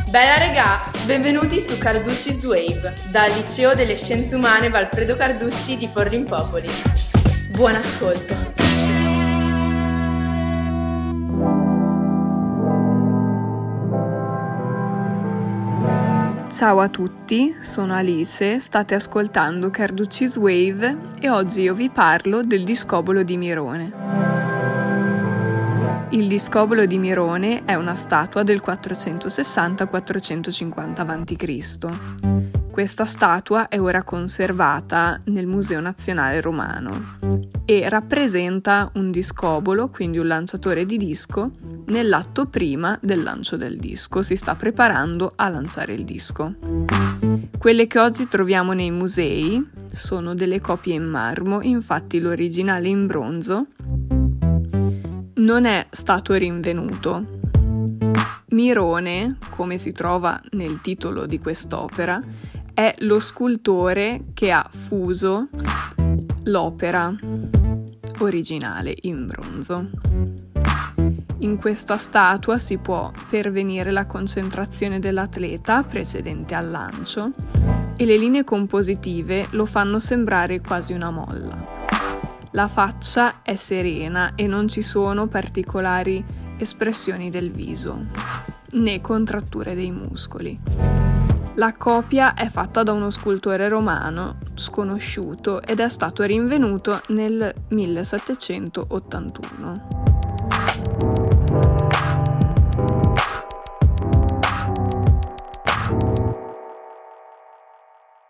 Bella regà, benvenuti su Carducci's Wave, dal Liceo delle Scienze Umane Valfredo Carducci di Forlimpopoli. Buon ascolto! Ciao a tutti, sono Alice, state ascoltando Carducci's Wave e oggi io vi parlo del discobolo di Mirone. Il discobolo di Mirone è una statua del 460-450 a.C. Questa statua è ora conservata nel Museo Nazionale Romano e rappresenta un discobolo, quindi un lanciatore di disco, nell'atto prima del lancio del disco. Si sta preparando a lanciare il disco. Quelle che oggi troviamo nei musei sono delle copie in marmo, infatti l'originale in bronzo non è stato rinvenuto. Mirone, come si trova nel titolo di quest'opera, è lo scultore che ha fuso l'opera originale in bronzo. In questa statua si può pervenire la concentrazione dell'atleta precedente al lancio e le linee compositive lo fanno sembrare quasi una molla. La faccia è serena e non ci sono particolari espressioni del viso, né contratture dei muscoli. La copia è fatta da uno scultore romano sconosciuto ed è stato rinvenuto nel 1781.